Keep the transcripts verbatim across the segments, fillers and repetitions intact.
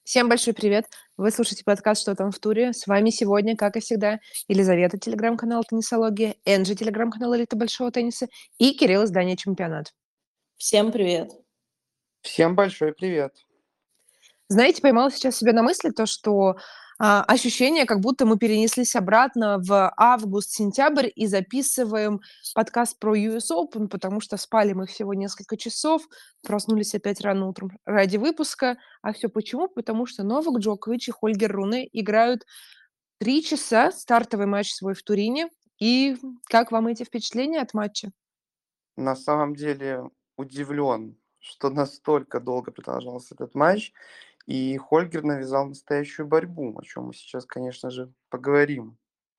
Всем большой привет! Вы слушаете подкаст "Что там в туре?". С вами сегодня, как и всегда, Елизавета, телеграм-канал "Теннисология", Энджи, телеграм-канал "Элита большого тенниса" и Кирилл, издание "Чемпионат". Всем привет! Всем большой привет! Знаете, поймала сейчас себя на мысли, то что, а, ощущение, как будто мы перенеслись обратно в август-сентябрь и записываем подкаст про ю эс Open, потому что спали мы всего несколько часов, проснулись опять рано утром ради выпуска. А всё почему? Потому что Новак Джокович и Хольгер Руне играют три часа, стартовый матч свой в Турине. И как вам эти впечатления от матча? На самом деле удивлен, что настолько долго продолжался этот матч, и Хольгер навязал настоящую борьбу, о чём мы сейчас, конечно же, поговорим.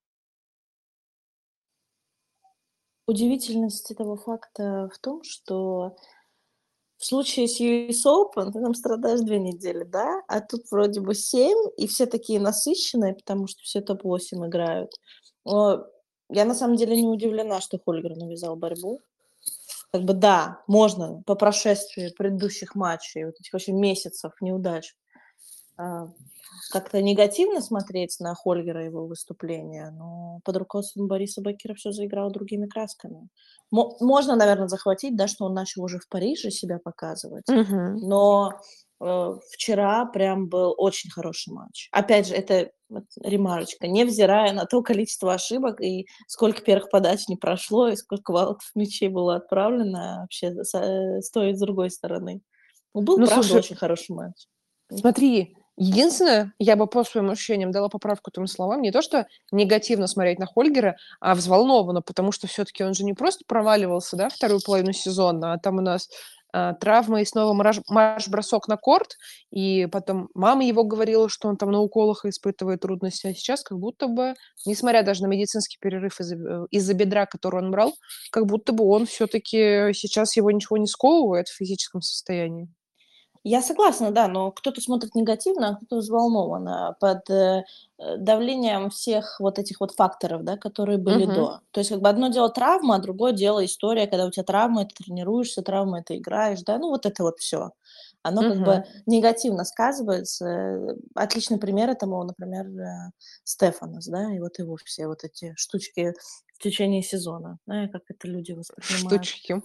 Удивительность этого факта в том, что в случае с ю эс Open ты там страдаешь две недели, да, а тут вроде бы семь, и все такие насыщенные, потому что все топ восемь играют. О, я на самом деле не удивлена, что Хольгер навязал борьбу. Как бы да, можно по прошествии предыдущих матчей, вот этих вообще месяцев неудач, а, как-то негативно смотреть на Хольгера и его выступления, но под руководством Бориса Беккера всё заиграло другими красками. Мо можно, наверно, захватить, да, что он начал уже в Париже себя показывать, Мгм. но, э, вчера прям был очень хороший матч. Опять же, это вот ремарочка, невзирая на то количество ошибок и сколько первых подач не прошло, и сколько ваутов мячей было отправлено вообще с э, с той и с другой стороны. Ну, был, Ну, правда, слушай очень хороший матч. М. смотри, единственное, я бы по своим ощущениям дала поправку твоим словам, не то что негативно смотреть на Хольгера, а взволнованно, потому что всё-таки он же не просто проваливался, да, вторую половину сезона, а там у нас, а, травма и снова мараж марш-бросок на корт, и потом мама его говорила, что он там на уколах испытывает трудности, а сейчас как будто бы, несмотря даже на медицинский перерыв из-за э, из-за бедра, который он брал, как будто бы он всё-таки сейчас его ничего не сковывает в физическом состоянии. Я согласна, да, но кто-то смотрит негативно, а кто-то взволнованно под, э, э, давлением всех вот этих вот факторов, да, которые были Мгм. до. То есть как бы одно дело травма, а другое дело история, когда у тя травма, ты тренируешься, травма, ты играешь, да, ну, вот это вот всё. Оно как бы Мгм. негативно сказывается. Э, отличный пример этому, например, э, Стефанос, да, и вот его все вот эти штучки в течение сезона. Да, и как это люди воспринимают. Штучки.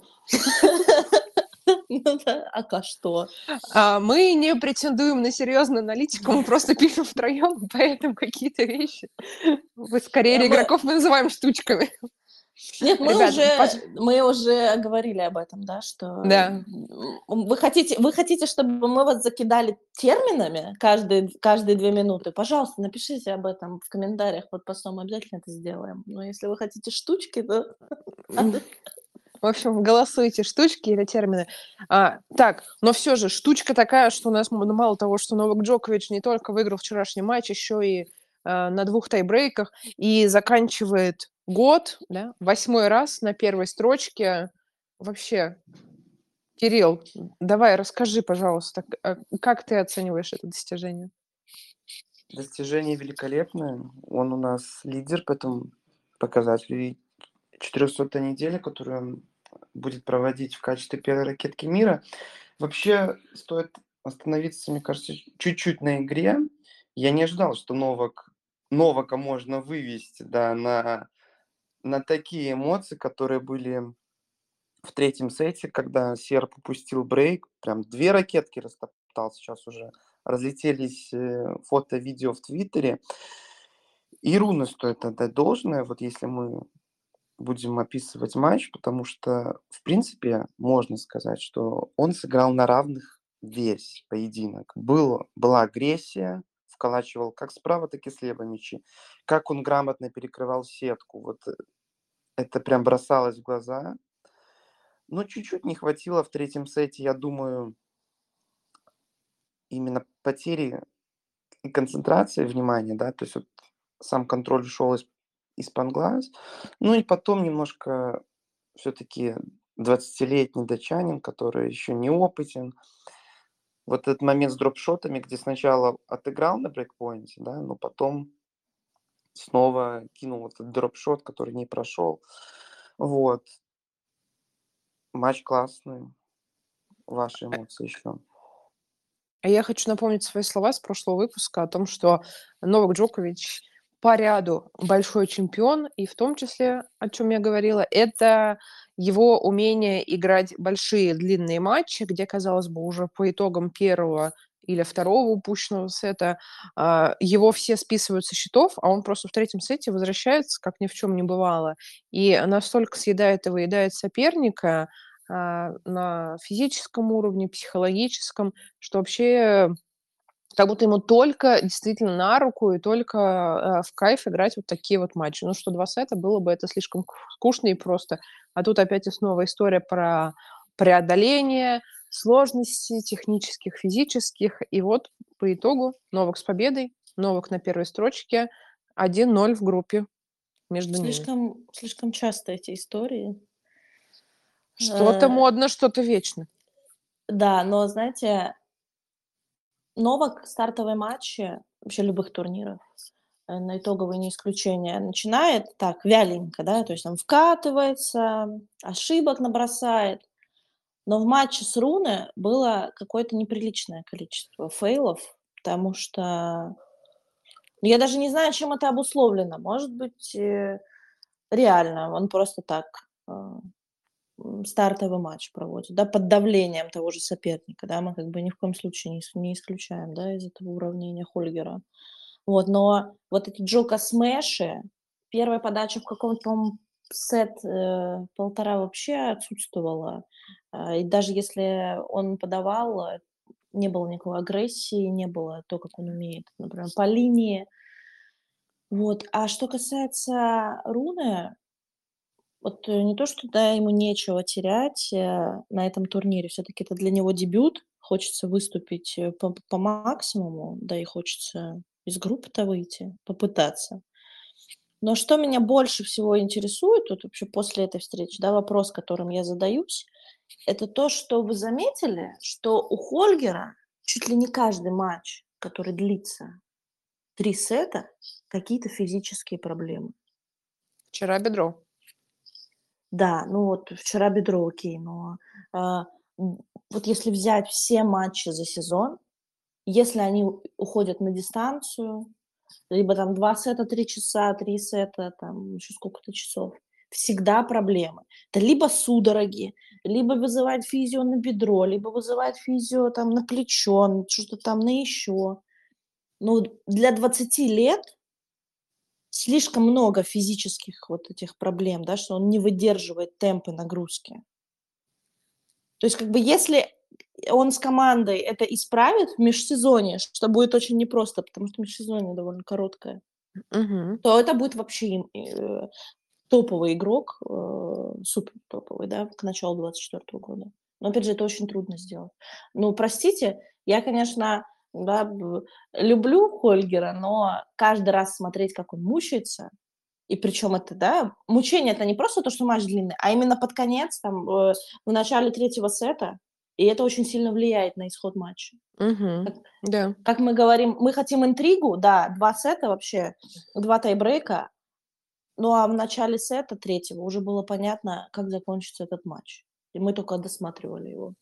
Ну да, а ка что? А, мы не претендуем на серьезную аналитику, мы просто пишем втроём, поэтому какие-то вещи в из А карьере мы игроков мы называем штучками. Нет, мы Ребята, пож уже мы уже говорили об этом, да, что, Да. м, вы хотите вы хотите, чтобы мы вас закидали терминами каждые каждые две минуты? Пожалуйста, напишите об этом в комментариях под постом, мы обязательно это сделаем. Но если вы хотите штучки, то М, в общем, голосуйте, штучки или термины. А, так, но всё же штучка такая, что у нас м ну, мало того, что Новак Джокович не только выиграл вчерашний матч, ещё и, а, на двух тай-брейках, и заканчивает год, да, восьмой раз на первой строчке. Вообще, Кирилл, давай расскажи, пожалуйста, к а, как ты оцениваешь это достижение? Достижение великолепное. Он у нас лидер по этому показателю. И четырёхсотая неделя, которую он будет проводить в качестве первой ракетки мира. Вообще, стоит остановиться, мне кажется, чуть-чуть на игре. Я не ожидал, что Новак Новака можно вывести, да, на на такие эмоции, которые были в третьем сете, когда серб упустил брейк. Прям две ракетки растоптал. Сейчас уже разлетелись, э, фото, видео в "Твиттере". И Руне стоит отдать должное, вот если мы будем описывать матч, потому что, в принципе, можно сказать, что он сыграл на равных весь поединок. Был была агрессия, вколачивал как справа, так и слева мячи. Как он грамотно перекрывал сетку, вот это прям бросалось в глаза. Но чуть-чуть не хватило в третьем сете, я думаю именно потери и концентрации внимания, да, то есть вот сам контроль ушёл из из-под глаз. Ну и потом немножко всё-таки двадцатилетний датчанин, который ещё неопытен. Вот этот момент с дропшотами, где сначала отыграл на брейкпоинте, да, но потом снова кинул этот дропшот, который не прошёл. Вот. Матч классный. Ваши А эмоции ещё. А я хочу напомнить свои слова с прошлого выпуска о том, что Новак Джокович по ряду большой чемпион, и в том числе, о чем я говорила, это его умение играть большие длинные матчи, где, казалось бы, уже по итогам первого или второго упущенного сета а, его все списывают со счетов, а он просто в третьем сете возвращается, как ни в чем не бывало, и настолько съедает и выедает соперника а, на физическом уровне, психологическом, что вообще как будто ему только действительно на руку и только, э, в кайф играть вот такие вот матчи. Ну, что два сета было бы это слишком ку скучно и просто. А тут опять и снова история про преодоление сложностей технических, физических. И вот по итогу Новак с победой, Новак на первой строчке, один ноль в группе между ними. Слишком, слишком часто эти истории. Что-то Э, модно, что-то вечно. да, но, знаете, Новак стартовые матчи вообще любых турниров, э, на итоговые не исключение, начинает так вяленько, да, то есть там вкатывается, ошибок набросает. Но в матче с Руне было какое-то неприличное количество фейлов, потому что ну, я даже не знаю, чем это обусловлено. Может быть, э, реально он просто так э, м, стартовый матч проводит, да, под давлением того же соперника, да, мы как бы ни в коем случае не, ис- не исключаем, да, из этого уравнения Хольгера. Вот, но вот эти Джока смеши, первая подача в каком-то, по-моему, сет э, полтора вообще отсутствовала. А, и даже если он подавал, э, не было никакой агрессии, не было то, как он умеет, например, по линии. Вот. А что касается Руны, вот э, не то, что да, ему нечего терять э, на этом турнире, все-таки это для него дебют, хочется выступить э, по, по максимуму, да и хочется из группы-то выйти, попытаться. Но что меня больше всего интересует, вот вообще после этой встречи, да, вопрос, которым я задаюсь, это то, что вы заметили, что у Хольгера чуть ли не каждый матч, который длится три сета, какие-то физические проблемы. Вчера бедро. Да, ну вот вчера бедро, окей, но а, м, вот если взять все матчи за сезон, если они у- уходят на дистанцию, либо там два сета, три часа, три сета, там еще сколько-то часов, всегда проблемы. Это либо судороги, либо вызывать физио на бедро, либо вызывать физио там на плечо, н- что-то там на еще. Ну, для двадцати лет слишком много физических вот этих проблем, да, что он не выдерживает темпы нагрузки. То есть, как бы, если он с командой это исправит в межсезонье, что будет очень непросто, потому что межсезонье довольно короткое, Мгм. то это будет вообще им, э, топовый игрок, э, супер топовый, да, к началу двадцать четвёртого года. Но опять же, это очень трудно сделать. Ну, простите, я, конечно, да, б люблю Хольгера, но каждый раз смотреть, как он мучается, и причем это, да, мучение — это не просто то, что матч длинный, а именно под конец, там, э, в начале третьего сета, и это очень сильно влияет на исход матча. Мгм. Как Да. как мы говорим, мы хотим интригу, да, два сета вообще, два тайбрейка, ну, а в начале сета третьего уже было понятно, как закончится этот матч. И мы только досматривали его.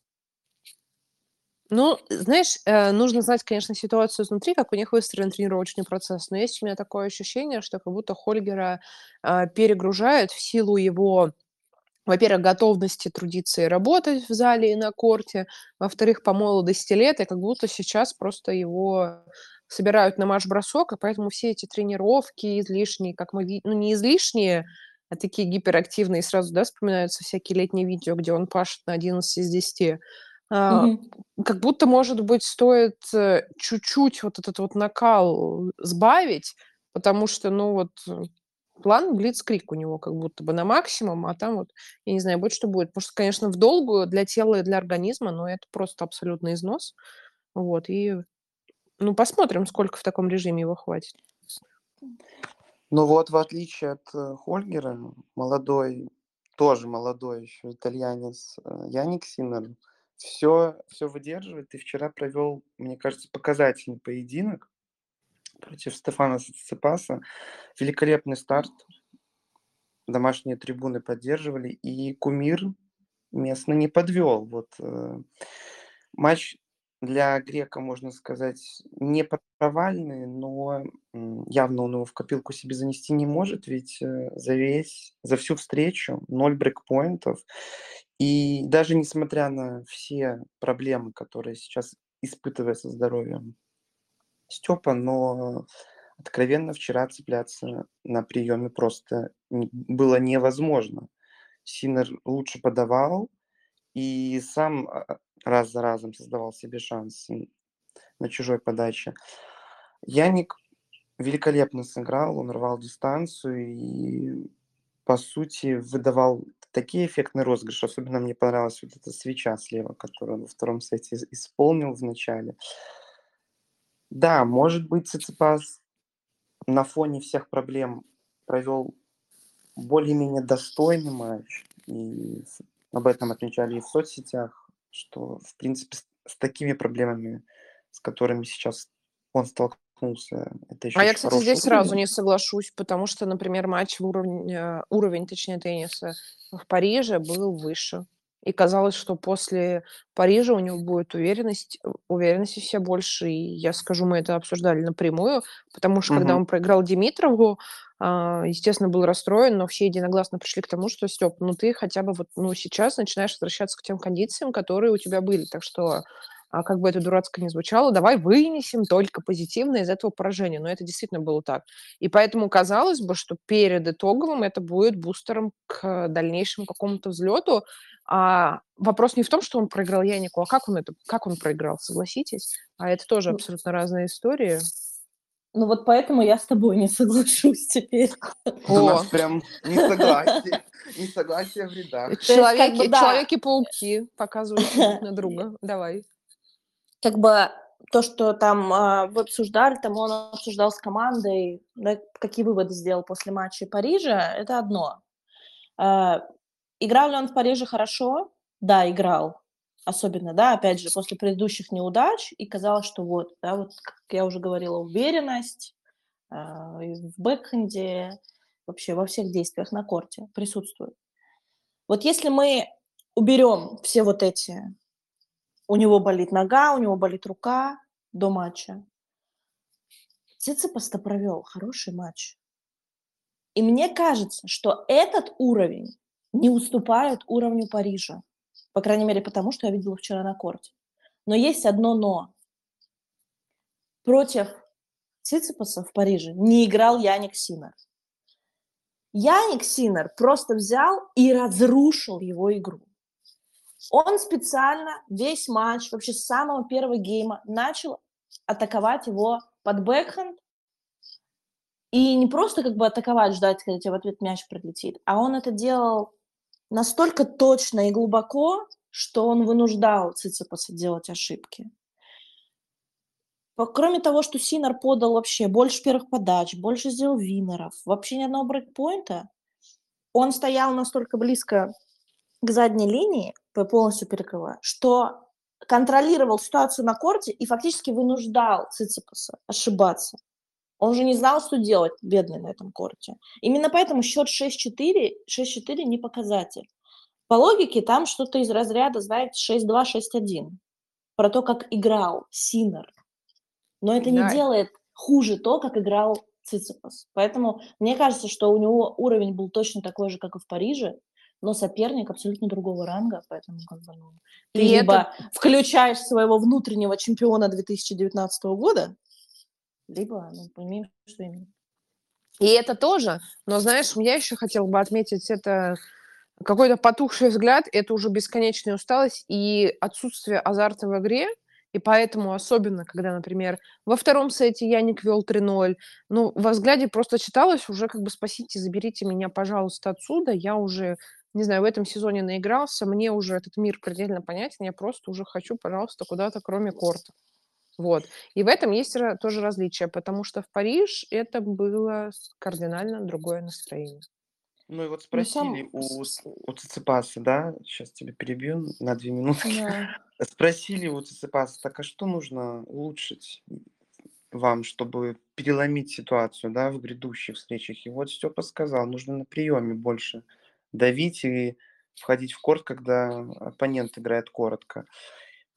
Ну, знаешь, э, нужно знать, конечно, ситуацию изнутри, как у них выстроен тренировочный процесс, но есть у меня такое ощущение, что как будто Хольгера а, перегружают в силу его, во-первых, готовности трудиться и работать в зале и на корте, во-вторых, по молодости лет, и как будто сейчас просто его собирают на марш-бросок, и поэтому все эти тренировки излишние, как мы видим, ну, не излишние, а такие гиперактивные, сразу, да, вспоминаются всякие летние видео, где он пашет на одиннадцать из десяти. А, Мгм. как будто, может быть, стоит, э, чуть-чуть вот этот вот накал сбавить, потому что, ну, вот, э, план блицкриг у него как будто бы на максимум, а там вот, я не знаю, будет что будет. Потому что, конечно, в долгую для тела и для организма, но это просто абсолютный износ. Вот, и, ну, посмотрим, сколько в таком режиме его хватит. Ну вот, в отличие от э, Хольгера, молодой, тоже молодой еще итальянец э, Яник Синнер все, все выдерживает. И вчера провел, мне кажется, показательный поединок против Стефана Циципаса. Великолепный старт, домашние трибуны поддерживали, и кумир местно не подвел. Вот э, матч для грека, можно сказать, не провальный, но м, явно он его в копилку себе занести не может, ведь э, за весь, за всю встречу ноль брейкпоинтов. И даже несмотря на все проблемы, которые сейчас испытывает со здоровьем Степа, но откровенно вчера цепляться на приеме просто н- было невозможно. Синер лучше подавал и сам а, раз за разом создавал себе шанс на чужой подаче. Яник великолепно сыграл, он рвал дистанцию и, по сути, выдавал такие эффектные розыгрыши. Особенно мне понравилась вот эта свеча слева, которую он во втором сете из- исполнил в начале. Да, может быть, Циципас на фоне всех проблем провел более-менее достойный матч. И с- об этом отмечали и в соцсетях, что, в принципе, с, с такими проблемами, с которыми сейчас он столкнулся, это еще А я, очень кстати, хороший здесь сразу уровень. не соглашусь, потому что, например, матч в уровень, э, уровень, точнее, тенниса в Париже был выше. И казалось, что после Парижа у него будет уверенность, э, уверенности все больше. И я скажу, мы это обсуждали напрямую, потому что когда Мгм. он проиграл Димитрову, а, естественно, был расстроен, но все единогласно пришли к тому, что, Степ, ну ты хотя бы вот ну, сейчас начинаешь возвращаться к тем кондициям, которые у тебя были. Так что а, как бы это дурацко ни звучало, давай вынесем только позитивное из этого поражения. Но это действительно было так. И поэтому казалось бы, что перед итоговым это будет бустером к дальнейшему какому-то взлету. А вопрос не в том, что он проиграл Янику, а как он это, как он проиграл, согласитесь? А это тоже Ну, абсолютно разные истории. ну вот поэтому я с тобой не соглашусь теперь. У нас О, прям несогласие, несогласие в рядах. То есть, как бы, человеки, да, человеки-пауки показываете друг на друга. Давай. как бы то, что там а, вы обсуждали, там он обсуждал с командой, да, какие выводы сделал после матча Парижа, это одно. А, играл ли он в Париже хорошо? Да, играл. Особенно, да, опять же, после предыдущих неудач, и казалось, что вот, да, вот, как я уже говорила, уверенность а, и в бэкхенде, вообще во всех действиях на корте присутствует. Вот если мы уберем все вот эти, у него болит нога, у него болит рука до матча, Циципас-то провел хороший матч. И мне кажется, что этот уровень не уступает уровню Парижа. По крайней мере, потому что я видела вчера на корте. Но есть одно но. Против Циципаса в Париже не играл Яник Синер. Яник Синер просто взял и разрушил его игру. Он специально весь матч, вообще с самого первого гейма, начал атаковать его под бэкхенд. И не просто как бы атаковать, ждать, когда тебе в ответ мяч прилетит, а он это делал настолько точно и глубоко, что он вынуждал Циципаса делать ошибки. Кроме того, что Синер подал вообще больше первых подач, больше сделал винеров, вообще ни одного брейкпоинта, он стоял настолько близко к задней линии, полностью перекрывая, что контролировал ситуацию на корте и фактически вынуждал Циципаса ошибаться. Он же не знал, что делать, бедный, на этом корте. Именно поэтому счет шесть четыре, шесть четыре не показатель. По логике там что-то из разряда, знаете, шесть два, шесть один. Про то, как играл Синер. Но это не Да. делает хуже то, как играл Циципас. Поэтому мне кажется, что у него уровень был точно такой же, как и в Париже, но соперник абсолютно другого ранга, поэтому как бы, ну, ты И это либо включаешь своего внутреннего чемпиона две тысячи девятнадцатого года, либо, ну, понимаешь, что именно. И это тоже. Но, знаешь, я еще хотела бы отметить, это какой-то потухший взгляд, это уже бесконечная усталость и отсутствие азарта в игре. И поэтому, особенно, когда, например, во втором сете Яник вел три ноль, ну, во взгляде просто читалось уже как бы «спасите, заберите меня, пожалуйста, отсюда». Я уже, не знаю, в этом сезоне наигрался, мне уже этот мир предельно понятен, я просто уже хочу, пожалуйста, куда-то кроме корта. Вот. И в этом есть ра- тоже различие, потому что в Париж это было с- кардинально другое настроение. Ну и вот Ну, спросили сам... у, с- у Циципаса, да, сейчас тебя перебью на две минутки. Да. Спросили у Циципаса, так а что нужно улучшить вам, чтобы переломить ситуацию, да, в грядущих встречах? И вот Степа сказал, нужно на приеме больше давить и входить в корт, когда оппонент играет коротко.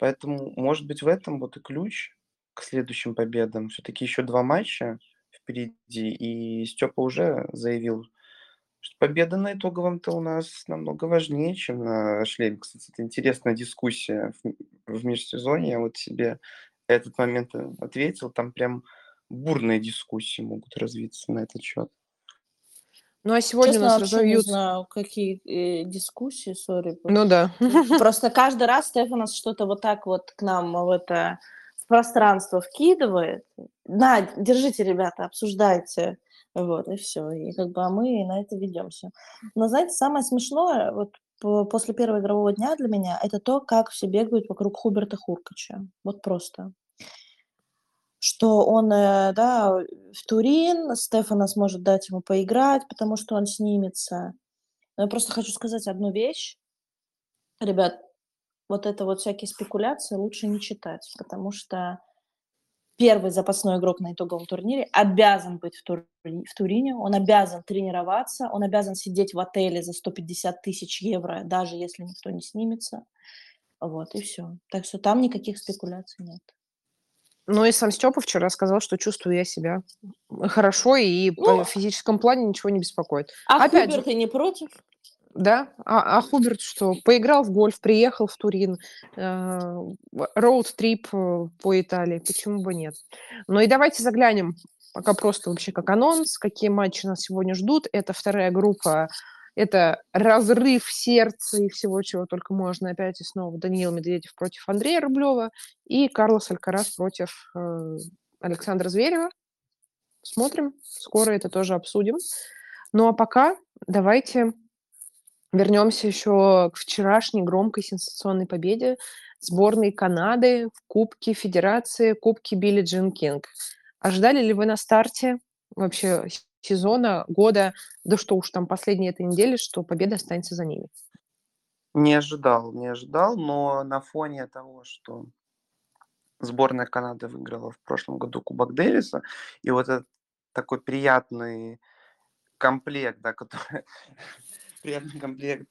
Поэтому, может быть, в этом вот и ключ к следующим победам. Все-таки еще два матча впереди, и Степа уже заявил, что победа на итоговом-то у нас намного важнее, чем на шлеме. Кстати, это интересная дискуссия в, в межсезонье. Я вот себе этот момент э, ответил. Там прям бурные дискуссии могут развиться на этот счет. Ну, а сегодня у Честно, нас вообще не разовьют... знаю, какие э, дискуссии, сори. Ну да. Просто каждый раз Стефанос что-то вот так вот к нам в это в пространство вкидывает. На, держите, ребята, обсуждайте. Вот, и все. И как бы а мы на это ведемся. Но знаете, самое смешное, вот по- после первого игрового дня для меня, это то, как все бегают вокруг Хуберта Хуркача. Вот просто. Что он, э, да, в Турин, Стефано сможет дать ему поиграть, потому что он снимется. Но я просто хочу сказать одну вещь. Ребят, вот это вот всякие спекуляции лучше не читать, потому что первый запасной игрок на итоговом турнире обязан быть в, Тури- в Турине, он обязан тренироваться, он обязан сидеть в отеле за сто пятьдесят тысяч евро, даже если никто не снимется. Вот, и все. Так что там никаких спекуляций нет. Ну и сам Степа вчера сказал, что чувствую я себя хорошо, и Ну, по физическому плане ничего не беспокоит. а Опять же, Хуберт и не против? да, а, а Хуберт что? Поиграл в гольф, приехал в Турин, э, роуд-трип э, по Италии, почему бы нет? Ну и давайте заглянем, пока просто вообще как анонс, какие матчи нас сегодня ждут. Это вторая группа, это разрыв сердца и всего, чего только можно. Опять и снова Даниил Медведев против Андрея Рублева и Карлос Алькарас против э, Александра Зверева. Смотрим, скоро это тоже обсудим. Ну а пока давайте вернемся еще к вчерашней громкой сенсационной победе сборной Канады в Кубке Федерации, Кубке Билли Джин Кинг. Ожидали ли вы на старте вообще с- сезона, года, да что уж там последние этой недели, что победа останется за ними? Не ожидал, не ожидал, но на фоне того, что сборная Канады выиграла в прошлом году Кубок Дэвиса, и вот этот такой приятный комплект, да, который приятный комплект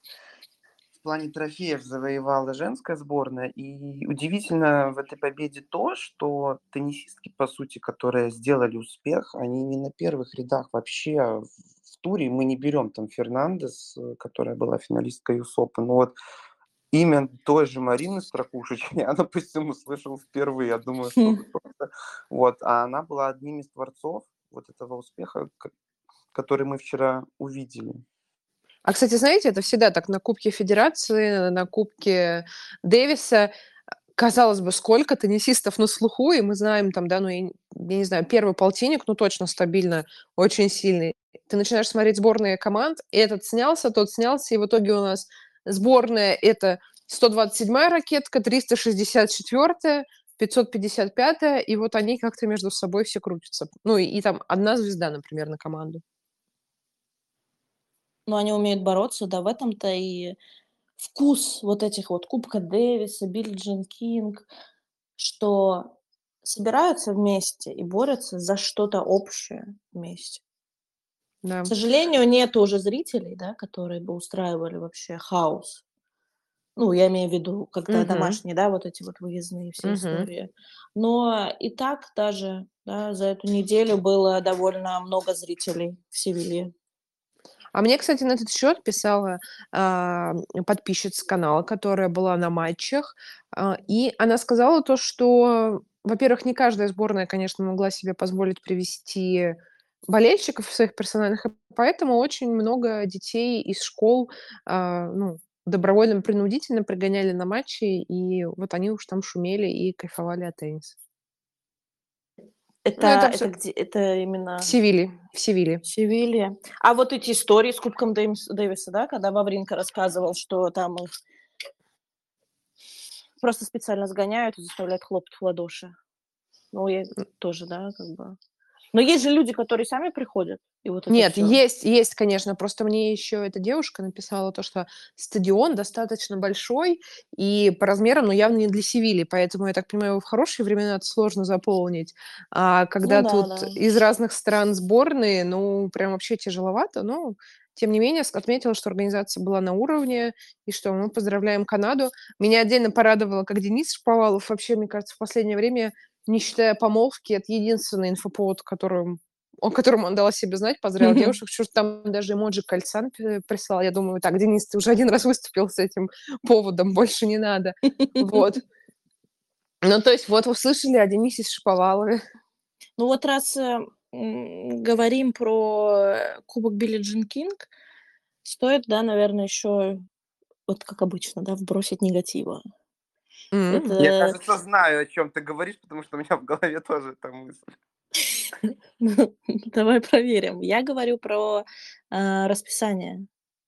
в плане трофеев завоевала женская сборная. И удивительно в этой победе то, что теннисистки, по сути, которые сделали успех, они не на первых рядах вообще в в туре. Мы не берем там Фернандес, э, которая была финалисткой ю эс Open. Но вот имя той же Марины Стракушич я, допустим, услышал впервые. Я думаю, что вы Хм. просто... Вот, а она была одним из творцов вот этого успеха, к- который мы вчера увидели. А, кстати, знаете, это всегда так на Кубке Федерации, на Кубке Дэвиса. Казалось бы, сколько теннисистов на слуху, и мы знаем там, да, ну, я, не я не знаю, первый полтинник, ну, точно стабильно, очень сильный. Ты начинаешь смотреть сборные команд, и этот снялся, тот снялся, и в итоге у нас сборная — это сто двадцать седьмая ракетка, триста шестьдесят четвёртая, пятьсот пятьдесят пятая, и вот они как-то между собой все крутятся. Ну, и, и там одна звезда, например, на команду. Ну, они умеют бороться, да, в этом-то и вкус вот этих вот Кубка Дэвиса, Билли Джин Кинг, что собираются вместе и борются за что-то общее вместе. К Да. сожалению, нет уже зрителей, да, которые бы устраивали вообще хаос. Ну, я имею в виду, когда Мгм. домашние, да, вот эти вот выездные все Мгм. истории. Но и так даже, да, за эту неделю было довольно много зрителей в Севилье. А мне, кстати, на этот счет писала а, подписчица канала, которая была на матчах, а, и она сказала то, что, во-первых, не каждая сборная, конечно, могла себе позволить привести болельщиков своих персональных, и поэтому очень много детей из школ, а, ну, добровольно-принудительно пригоняли на матчи, и вот они уж там шумели и кайфовали от тенниса. Ну, Это это это все где? Это в именно Севиле, в Севиле. Севилья. А вот эти истории с Кубком Дэвис Дэвиса, да, когда Вавринка рассказывал, что там их просто специально сгоняют и заставляют хлопать в ладоши. Ну, я тоже, да, как бы. Но есть же люди, которые сами приходят, и вот это Нет, все. есть, есть, конечно. Просто мне еще эта девушка написала то, что стадион достаточно большой и по размерам, но явно не для Севильи, поэтому, я так понимаю, его в хорошие времена это сложно заполнить. А Ну когда да, тут да. из разных стран сборные, ну, прям вообще тяжеловато, но тем не менее, с отметила, что организация была на уровне и что мы поздравляем Канаду. Меня отдельно порадовало, как Денис Шаповалов вообще, мне кажется, в последнее время, не считая помолвки, это единственный инфоповод, которым о котором он дал о себе знать, поздравил девушек. Чё ж там даже эмоджи кольца п прислал. Я думаю: "Так, Денис, ты уже один раз выступил с этим поводом, больше не надо". Вот. Ну, то есть вот вы слышали о Денисе Шаповалове. Ну вот раз, э, м, говорим про, э, кубок Билли Джин Кинг, стоит, да, наверное, еще, вот как обычно, да, вбросить негатива. М. Я, Это кажется, знаю, о чем ты говоришь, потому что у меня в голове тоже эта мысль. Ну, давай проверим. Я говорю про, а, расписание.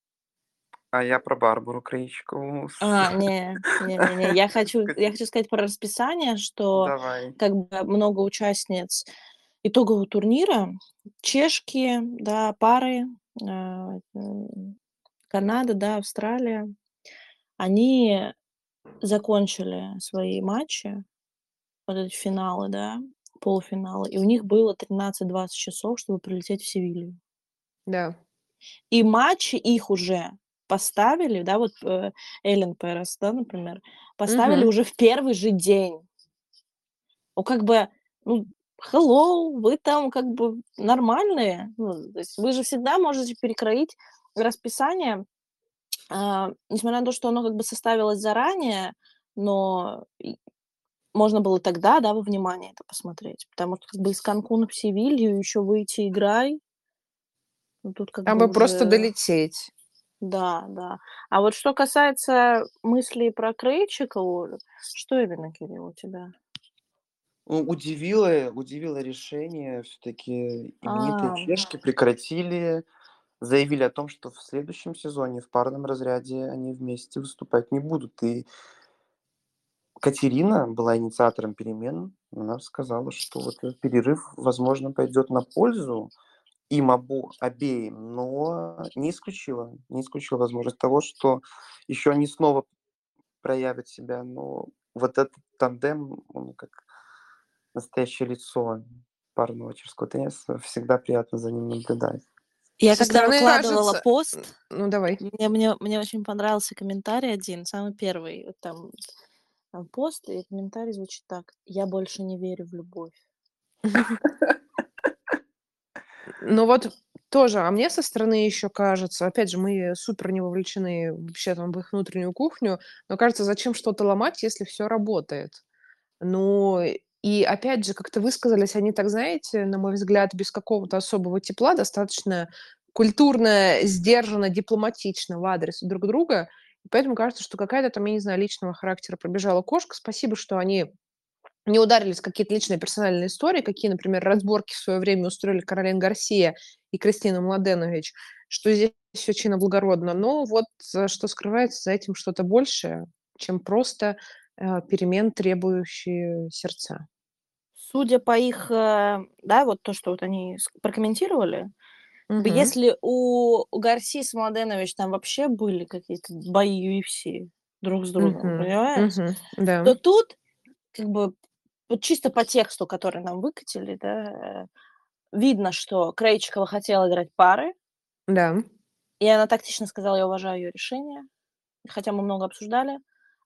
А я про Барбару Крейчикову с А, не, не-не-не, я хочу я Кати хочу сказать про расписание, что Давай. как бы много участниц итогового турнира. Чешки, да, пары, а, м, Канада, да, Австралия. Они закончили свои матчи, вот эти финалы, да, полуфиналы, и у них было тринадцать-двадцать часов, чтобы прилететь в Севилью. Да. И матчи их уже поставили, да, вот, э, Эллен Перес, да, например, поставили Мгм. уже в первый же день. Ну, как бы, ну, hello, вы там как бы нормальные. Ну, то есть вы же всегда можете перекроить расписание, а, несмотря на то, что оно как бы составилось заранее, но и можно было тогда, да, во внимание это посмотреть. Потому что как бы из Канкуна в Севилью еще выйти играй. Ну, тут как Там бы бы просто уже долететь. Да, да. А вот что касается мыслей про Крейчикову, что именно, Кирилл, у тебя? У удивило удивило решение. Всё-таки именитые А. чешки прекратили, заявили о том, что в следующем сезоне в парном разряде они вместе выступать не будут. И Катерина была инициатором перемен. Она сказала, что вот этот перерыв, возможно, пойдет на пользу им обо обеим, но не исключила не исключила возможность того, что еще они снова проявят себя. Но вот этот тандем, он как настоящее лицо парного чешского тенниса. Всегда приятно за ним наблюдать. Я Со когда стороны выкладывала кажется н пост, ну, давай. мне мне мне очень понравился комментарий один, самый первый. Вот там, там пост, и комментарий звучит так: "Я больше не верю в любовь". Ну вот тоже, а мне со стороны еще кажется, опять же, мы супер не вовлечены вообще там в их внутреннюю кухню, но кажется, зачем что-то ломать, если все работает? Ну, и опять же, как-то высказались они так, знаете, на мой взгляд, без какого-то особого тепла, достаточно культурно, сдержанно, дипломатично в адрес друг друга. И поэтому кажется, что какая-то там, я не знаю, личного характера пробежала кошка. Спасибо, что они не ударились в какие-то личные персональные истории, какие, например, разборки в свое время устроили Каролин Гарсия и Кристина Младенович, что здесь очень благородно. Но вот э, что скрывается за этим что-то большее, чем просто э, перемен, требующие сердца. Судя по их, э, да, вот то, что вот они с прокомментировали, как бы Мгм. если у у Гарсии с Младенович там вообще были какие-то бои ю эф си друг с другом, Мгм. понимаешь, Мгм. Да. то тут как бы вот чисто по тексту, который нам выкатили, да, э, видно, что Крейчикова хотела играть пары, Да. и она тактично сказала: "Я уважаю ее решение", хотя мы много обсуждали.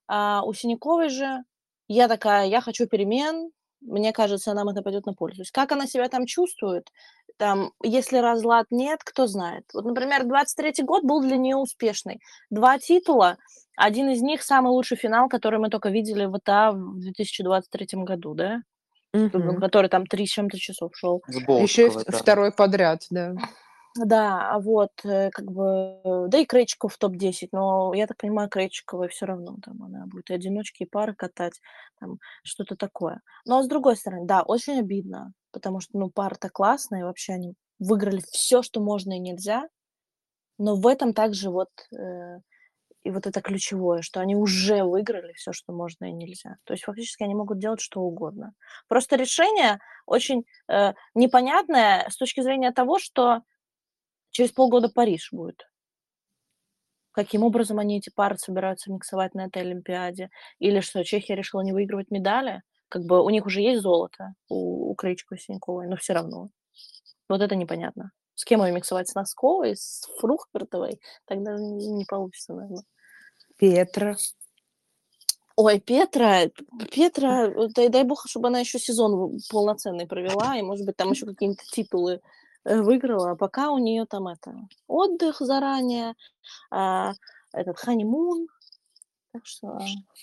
А у Синяковой же я такая: "Я хочу перемен". Мне кажется, нам это пойдет на пользу. То есть как она себя там чувствует, там, если разлад нет, кто знает. Вот, например, двадцать третий год был для нее успешный. Два титула, один из них самый лучший финал, который мы только видели в ВТА в две тысячи двадцать третьем году, да, Мгм. который там три с чем-то часов шел. С Еще и Болтиковой, вт да. второй подряд, да. Да, а вот, э, как бы, э, да и Крейчиков в топ десять, но я так понимаю, Крейчиковой все равно там она будет и одиночки, и пары катать, там что-то такое. Но с другой стороны, да, очень обидно, потому что, ну, пара-то классная, и вообще они выиграли все, что можно и нельзя, но в этом также вот, э, и вот это ключевое, что они уже выиграли все, что можно и нельзя. То есть фактически они могут делать что угодно. Просто решение очень, э, непонятное с точки зрения того, что через полгода Париж будет. Каким образом они эти пары собираются миксовать на этой олимпиаде? Или что, Чехия решила не выигрывать медали? Как бы у них уже есть золото, у у Крейчиковой, Синьковой, но все равно. Вот это непонятно. С кем ее миксовать? С Носковой, с Фрухтбертовой? Тогда не не получится, наверно. Петра. Ой, Петра, П Петра, э, дай дай бог, чтобы она еще сезон в полноценный провела, и, может быть, там еще какие-нибудь титулы, э, выиграла. А пока у нее там это отдых заранее, а, этот ханимун. Так что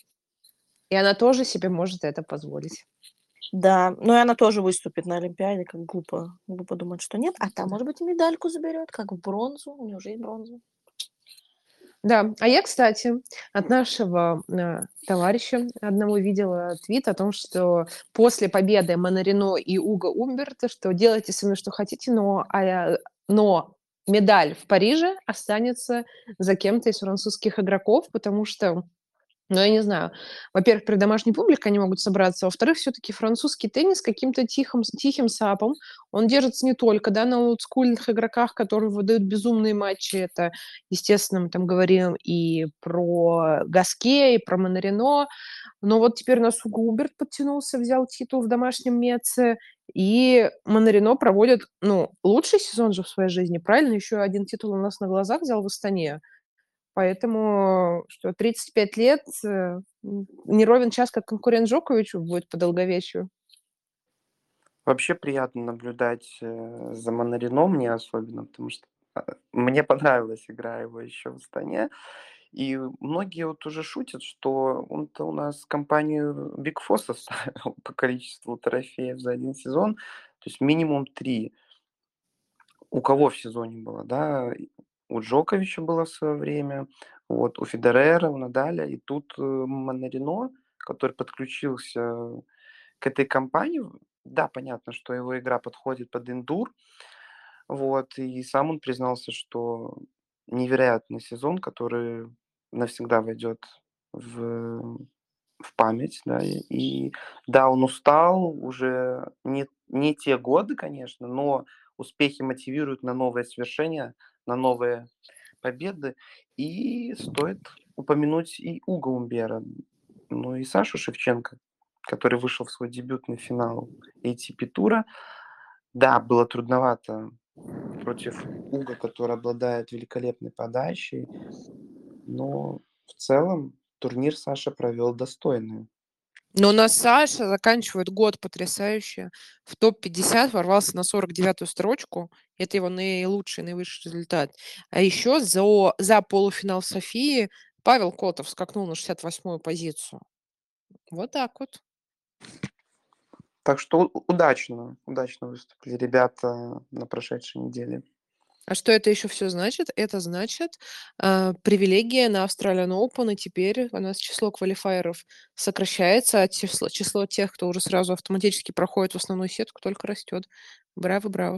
И она тоже себе может это позволить. да, ну и она тоже выступит на Олимпиаде, как глупо глупо думать, что нет. А там, Да. может быть, и медальку заберет, как в бронзу. У нее уже есть бронза. Да, а я, кстати, от нашего, а, товарища одного видела твит о том, что после победы Манарино и Уго Умберто, что делайте со мной что хотите, но, а, но медаль в Париже останется за кем-то из французских игроков, потому что, ну, я не знаю, во-первых, перед домашней публикой они могут собраться, во-вторых, все-таки французский теннис каким-то тихим, тихим сапом, он держится не только, да, на олдскульных игроках, которые выдают безумные матчи, это, естественно, мы там говорим и про Гаске, и про Манарино, но вот теперь у нас Уго Умберт подтянулся, взял титул в домашнем Меце, и Манарино проводит, ну, лучший сезон же в своей жизни, правильно? Еще один титул у нас на глазах взял в Астане. Поэтому, что тридцать пять лет, э, м, не ровен час, как конкурент Джоковичу будет по долговечию. Вообще приятно наблюдать, э, за Манарино, мне особенно, потому что, а, мне понравилась игра его еще в Астане. И многие вот уже шутят, что он-то у нас компанию Big Four составил по количеству трофеев за один сезон, то есть минимум три. У кого в сезоне было, да? И у Джоковича было в свое время, вот, у Федерера, у Надаля, и тут, э, Манарино, который подключился к этой компании. Да, понятно, что его игра подходит под индур, вот, и сам он признался, что невероятный сезон, который навсегда войдет в в память, да. И и да, он устал, уже не не те годы, конечно, но успехи мотивируют на новые свершения, на новые победы. И стоит упомянуть и Уго Умбера, ну и Сашу Шевченко, который вышел в свой дебютный финал эй ти пи-тура. Да, было трудновато против Уго, который обладает великолепной подачей, но в целом турнир Саша провел достойный. Но у нас Саша заканчивает год потрясающе. В топ пятьдесят ворвался на сорок девятую строчку. Это его наилучший, наивысший результат. А еще за, за полуфинал Софии Павел Котов скакнул на шестьдесят восьмую позицию. Вот так вот. Так что у удачно, удачно выступили ребята на прошедшей неделе. А что это еще все значит? Это значит, а, привилегия на Australian Open, и теперь у нас число квалифайеров сокращается, а число число тех, кто уже сразу автоматически проходит в основную сетку, только растет. Браво, браво.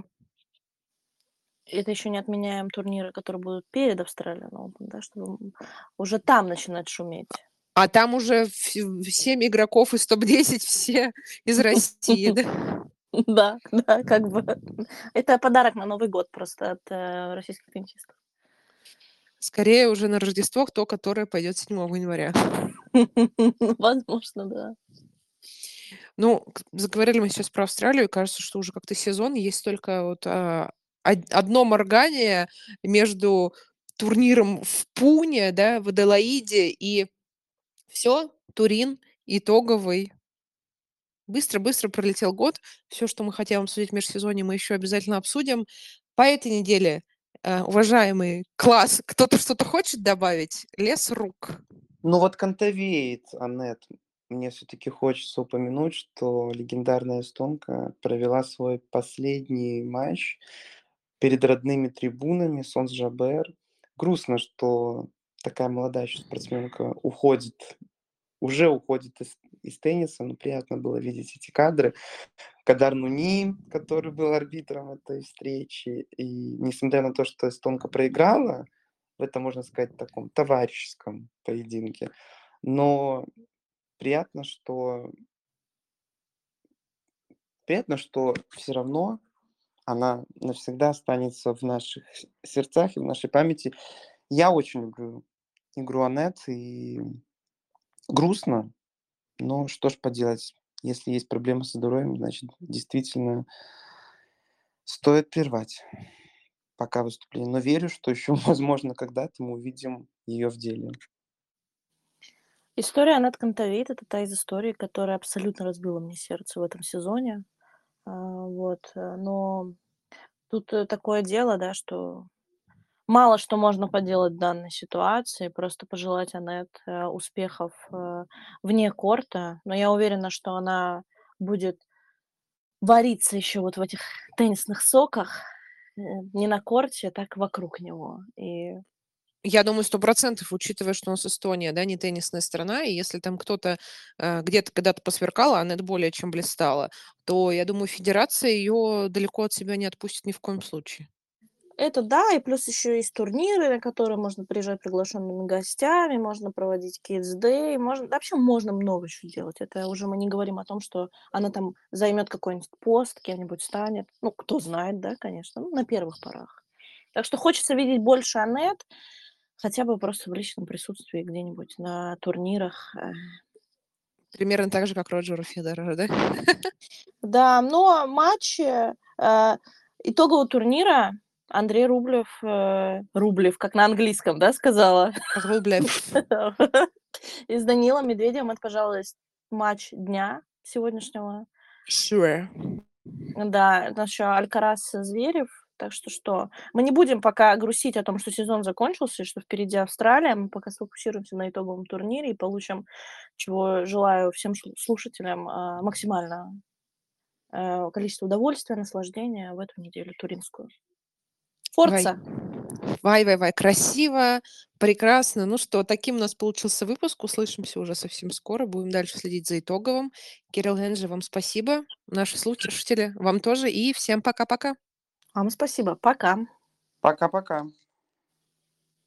Это еще не отменяем турниры, которые будут перед Australian Open, да, чтобы, м, уже там начинать шуметь. А там уже в семь игроков из топ десять все из России, да? Да, да, как бы это подарок на Новый год просто от, э, российских теннисистов. Скорее уже на Рождество, то, которое пойдет седьмого января. Возможно, да. Ну, к заговорили мы сейчас про Австралию, и кажется, что уже как-то сезон, есть только вот, а, од одно моргание между турниром в Пуне, да, в Аделаиде, и все, Турин итоговый. Быстро-быстро пролетел год. Все, что мы хотим обсудить в межсезонье, мы еще обязательно обсудим. По этой неделе, э, уважаемый класс, кто-то что-то хочет добавить? Лес рук. Ну вот Кантавеит, Анет, мне все-таки хочется упомянуть, что легендарная эстонка провела свой последний матч перед родными трибунами Сонс Жабер. Грустно, что такая молодая еще спортсменка уходит, уже уходит из, из тенниса, но приятно было видеть эти кадры. Кадар Нуни, который был арбитром этой встречи, и несмотря на то, что эстонка проиграла, в этом, можно сказать, таком товарищеском поединке, но приятно, что приятно, что все равно она навсегда останется в наших сердцах и в нашей памяти. Я очень люблю игру Анет, и грустно, но что ж поделать, если есть проблемы со здоровьем, значит, действительно стоит прервать. пока выступление, но верю, что еще, возможно, когда-то мы увидим ее в деле. История Аннет Кантавейт — это та из историй, которая абсолютно разбила мне сердце в этом сезоне. А, вот, э, но тут, э, такое дело, да, что мало что можно поделать в данной ситуации. Просто пожелать Аннет, э, успехов, э, вне корта. Но я уверена, что она будет вариться еще вот в этих теннисных соках, э, не на корте, так вокруг него. И Я думаю, сто процентов, учитывая, что у нас Эстония, да, не теннисная страна, и если там кто-то, э, где-то когда-то посверкал, а Аннет более чем блистала, то, я думаю, федерация ее далеко от себя не отпустит ни в коем случае. это да, и плюс еще есть турниры, на которые можно приезжать приглашенными гостями, можно проводить Kids Day, можно вообще можно много чего делать. Это уже мы не говорим о том, что она там займет какой-нибудь пост, кем-нибудь станет. Ну, кто знает, да, конечно, ну, на первых порах. Так что хочется видеть больше Аннет, хотя бы просто в личном присутствии где-нибудь на турнирах. э. Примерно так же, как Роджера Федерера, да? Да, но матчи э, итогового турнира Андрей Рублев, э, Рублев, как на английском, да, сказала, Рублев. и с Данилом Медведевым это, пожалуй, с матч дня сегодняшнего. Sure. Да, это еще Алькарас Зверев. Так что что? Мы не будем пока грустить о том, что сезон закончился и что впереди Австралия. Мы пока сфокусируемся на итоговом турнире и получим, чего желаю всем шу- слушателям, а, максимально э, количество удовольствия, наслаждения в эту неделю туринскую. Вай. Форца! Вай, вай, вай. Красиво, прекрасно. Ну что, таким у нас получился выпуск. Услышимся уже совсем скоро. Будем дальше следить за итоговым. Кирилл Энджи, вам спасибо. Наши слушатели, вам тоже. И всем пока-пока. Вам спасибо. Пока. Пока-пока.